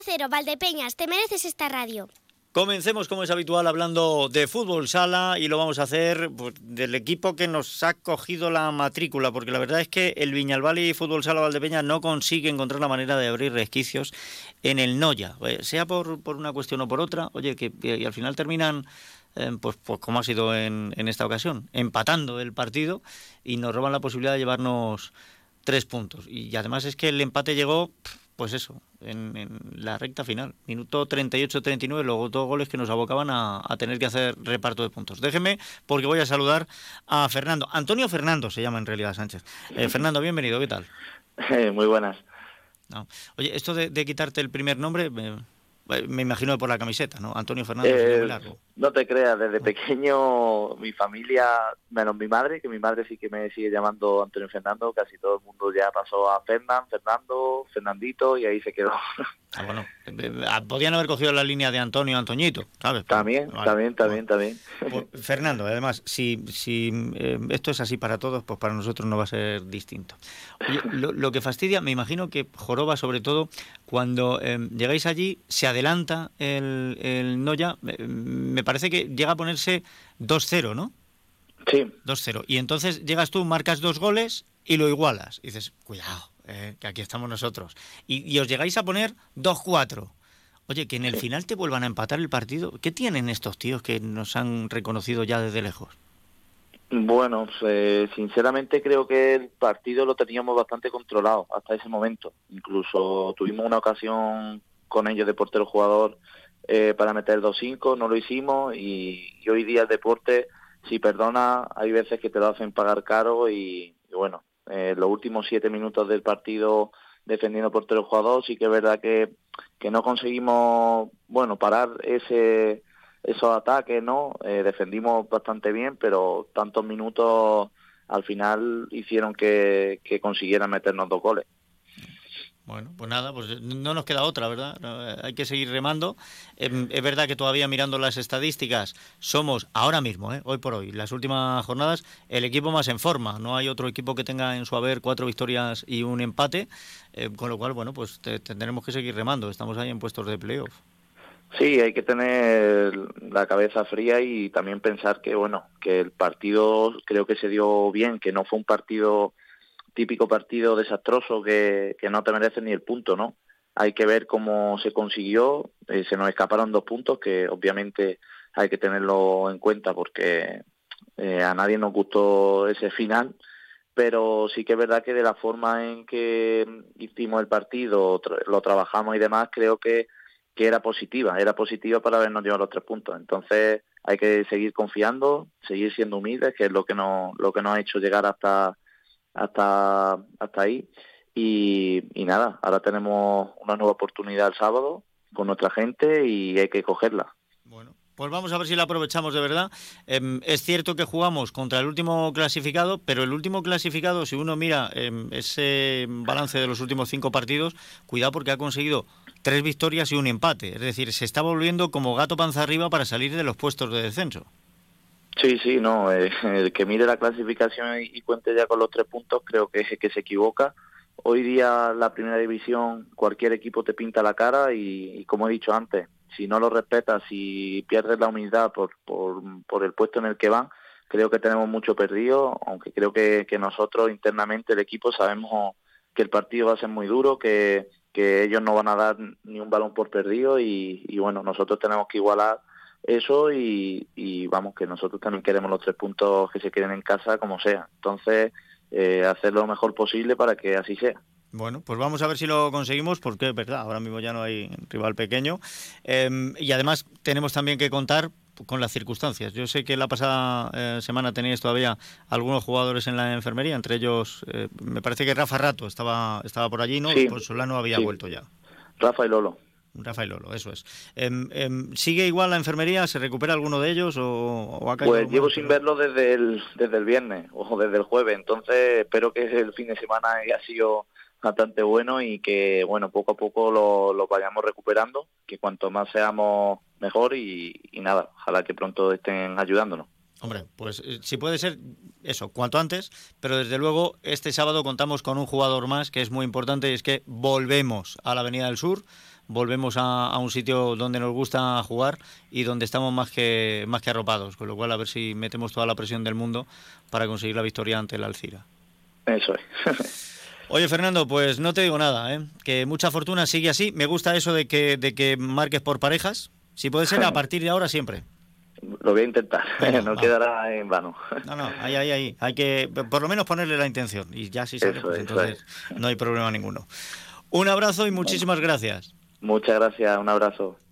Cero, Valdepeñas, te mereces esta radio. Comencemos, como es habitual, hablando de fútbol sala, y lo vamos a hacer pues, del equipo que nos ha cogido la matrícula, porque la verdad es que el Viñalbal y Fútbol Sala Valdepeñas no consigue encontrar la manera de abrir resquicios en el Noya, sea por una cuestión o por otra, oye, y al final terminan, pues como ha sido en esta ocasión, empatando el partido y nos roban la posibilidad de llevarnos 3 puntos. Y además es que el empate llegó... Pues eso, en la recta final, minuto 38-39, luego 2 goles que nos abocaban a tener que hacer reparto de puntos. Déjeme, porque voy a saludar a Fernando. Antonio Fernando se llama en realidad Sánchez. Fernando, bienvenido, ¿qué tal? Muy buenas. No. Oye, esto de quitarte el primer nombre, me imagino por la camiseta, ¿no? Antonio Fernando es muy largo. No te creas, desde pequeño mi familia, menos mi madre, que mi madre sí que me sigue llamando Antonio Fernando, casi todo el mundo ya pasó a Fernando, Fernandito, y ahí se quedó. Ah, bueno, podían haber cogido la línea de Antonio, Antoñito, ¿sabes? También. Pues, Fernando, además, si esto es así para todos, pues para nosotros no va a ser distinto. Oye, lo que fastidia, me imagino que joroba sobre todo, cuando llegáis allí, se adelanta el Noya, me parece que llega a ponerse 2-0, ¿no? Sí. 2-0, y entonces llegas tú, marcas 2 goles y lo igualas, y dices, cuidado, que aquí estamos nosotros, y os llegáis a poner 2-4. Oye, que en el final te vuelvan a empatar el partido. ¿Qué tienen estos tíos que nos han reconocido ya desde lejos? Bueno, sinceramente creo que el partido lo teníamos bastante controlado hasta ese momento. Incluso tuvimos una ocasión con ellos de portero jugador para meter 2-5, no lo hicimos, y hoy día el deporte, si perdona, hay veces que te lo hacen pagar caro, y bueno, los últimos 7 minutos del partido defendiendo portero jugador, sí que es verdad que no conseguimos, bueno, parar esos ataques, ¿no? Defendimos bastante bien, pero tantos minutos al final hicieron que consiguieran meternos 2 goles. Bueno, pues nada, pues no nos queda otra, ¿verdad? Hay que seguir remando. Es verdad que todavía mirando las estadísticas somos ahora mismo, hoy por hoy, las últimas jornadas, el equipo más en forma. No hay otro equipo que tenga en su haber 4 victorias y un empate, con lo cual, bueno, pues tendremos que seguir remando. Estamos ahí en puestos de playoff. Sí, hay que tener la cabeza fría y también pensar que, bueno, que el partido creo que se dio bien, que no fue un típico partido desastroso que no te merece ni el punto, ¿no? Hay que ver cómo se consiguió, se nos escaparon 2 puntos que obviamente hay que tenerlo en cuenta porque a nadie nos gustó ese final, pero sí que es verdad que de la forma en que hicimos el partido, lo trabajamos y demás, creo que era positiva para habernos llevado los 3 puntos. Entonces hay que seguir confiando, seguir siendo humildes, que es lo que nos ha hecho llegar hasta ahí, y nada, ahora tenemos una nueva oportunidad el sábado con nuestra gente y hay que cogerla. Bueno, pues vamos a ver si la aprovechamos de verdad. Es cierto que jugamos contra el último clasificado, pero el último clasificado, si uno mira ese balance de los últimos 5 partidos, cuidado porque ha conseguido 3 victorias y un empate, es decir, se está volviendo como gato panza arriba para salir de los puestos de descenso. Sí, no, el que mire la clasificación y cuente ya con los 3 puntos creo que se equivoca. Hoy día la primera división, cualquier equipo te pinta la cara y como he dicho antes, si no lo respetas, si pierdes la humildad por el puesto en el que van, creo que tenemos mucho perdido, aunque creo que nosotros internamente el equipo sabemos que el partido va a ser muy duro, que ellos no van a dar ni un balón por perdido y bueno, nosotros tenemos que igualar eso y vamos, que nosotros también queremos los 3 puntos que se queden en casa como sea. Entonces, hacer lo mejor posible para que así sea. Bueno, pues vamos a ver si lo conseguimos, porque es verdad, ahora mismo ya no hay rival pequeño. Y además tenemos también que contar con las circunstancias. Yo sé que la pasada semana teníais todavía algunos jugadores en la enfermería, entre ellos me parece que Rafa Rato estaba por allí, ¿no? Sí, pues Solano había vuelto ya. Rafa y Lolo, eso es. ¿Sigue igual la enfermería? ¿Se recupera alguno de ellos o ha caído? Pues llevo sin verlo desde el viernes o desde el jueves, entonces espero que el fin de semana haya sido bastante bueno y que, bueno, poco a poco lo vayamos recuperando, que cuanto más seamos mejor y nada, ojalá que pronto estén ayudándonos. Hombre, pues si puede ser eso, cuanto antes, pero desde luego este sábado contamos con un jugador más que es muy importante y es que volvemos a la Avenida del Sur, volvemos a un sitio donde nos gusta jugar y donde estamos más que arropados, con lo cual a ver si metemos toda la presión del mundo para conseguir la victoria ante el Alcira. Eso es. Oye, Fernando, pues no te digo nada, que mucha fortuna, sigue así. Me gusta eso de que marques por parejas. Si puede ser, a partir de ahora siempre. Lo voy a intentar. Venga, no va. quedará en vano. No, ahí. Hay que por lo menos ponerle la intención. Y ya si sale, Eso pues es, entonces no hay problema ninguno. Un abrazo y muchísimas gracias. Muchas gracias, un abrazo.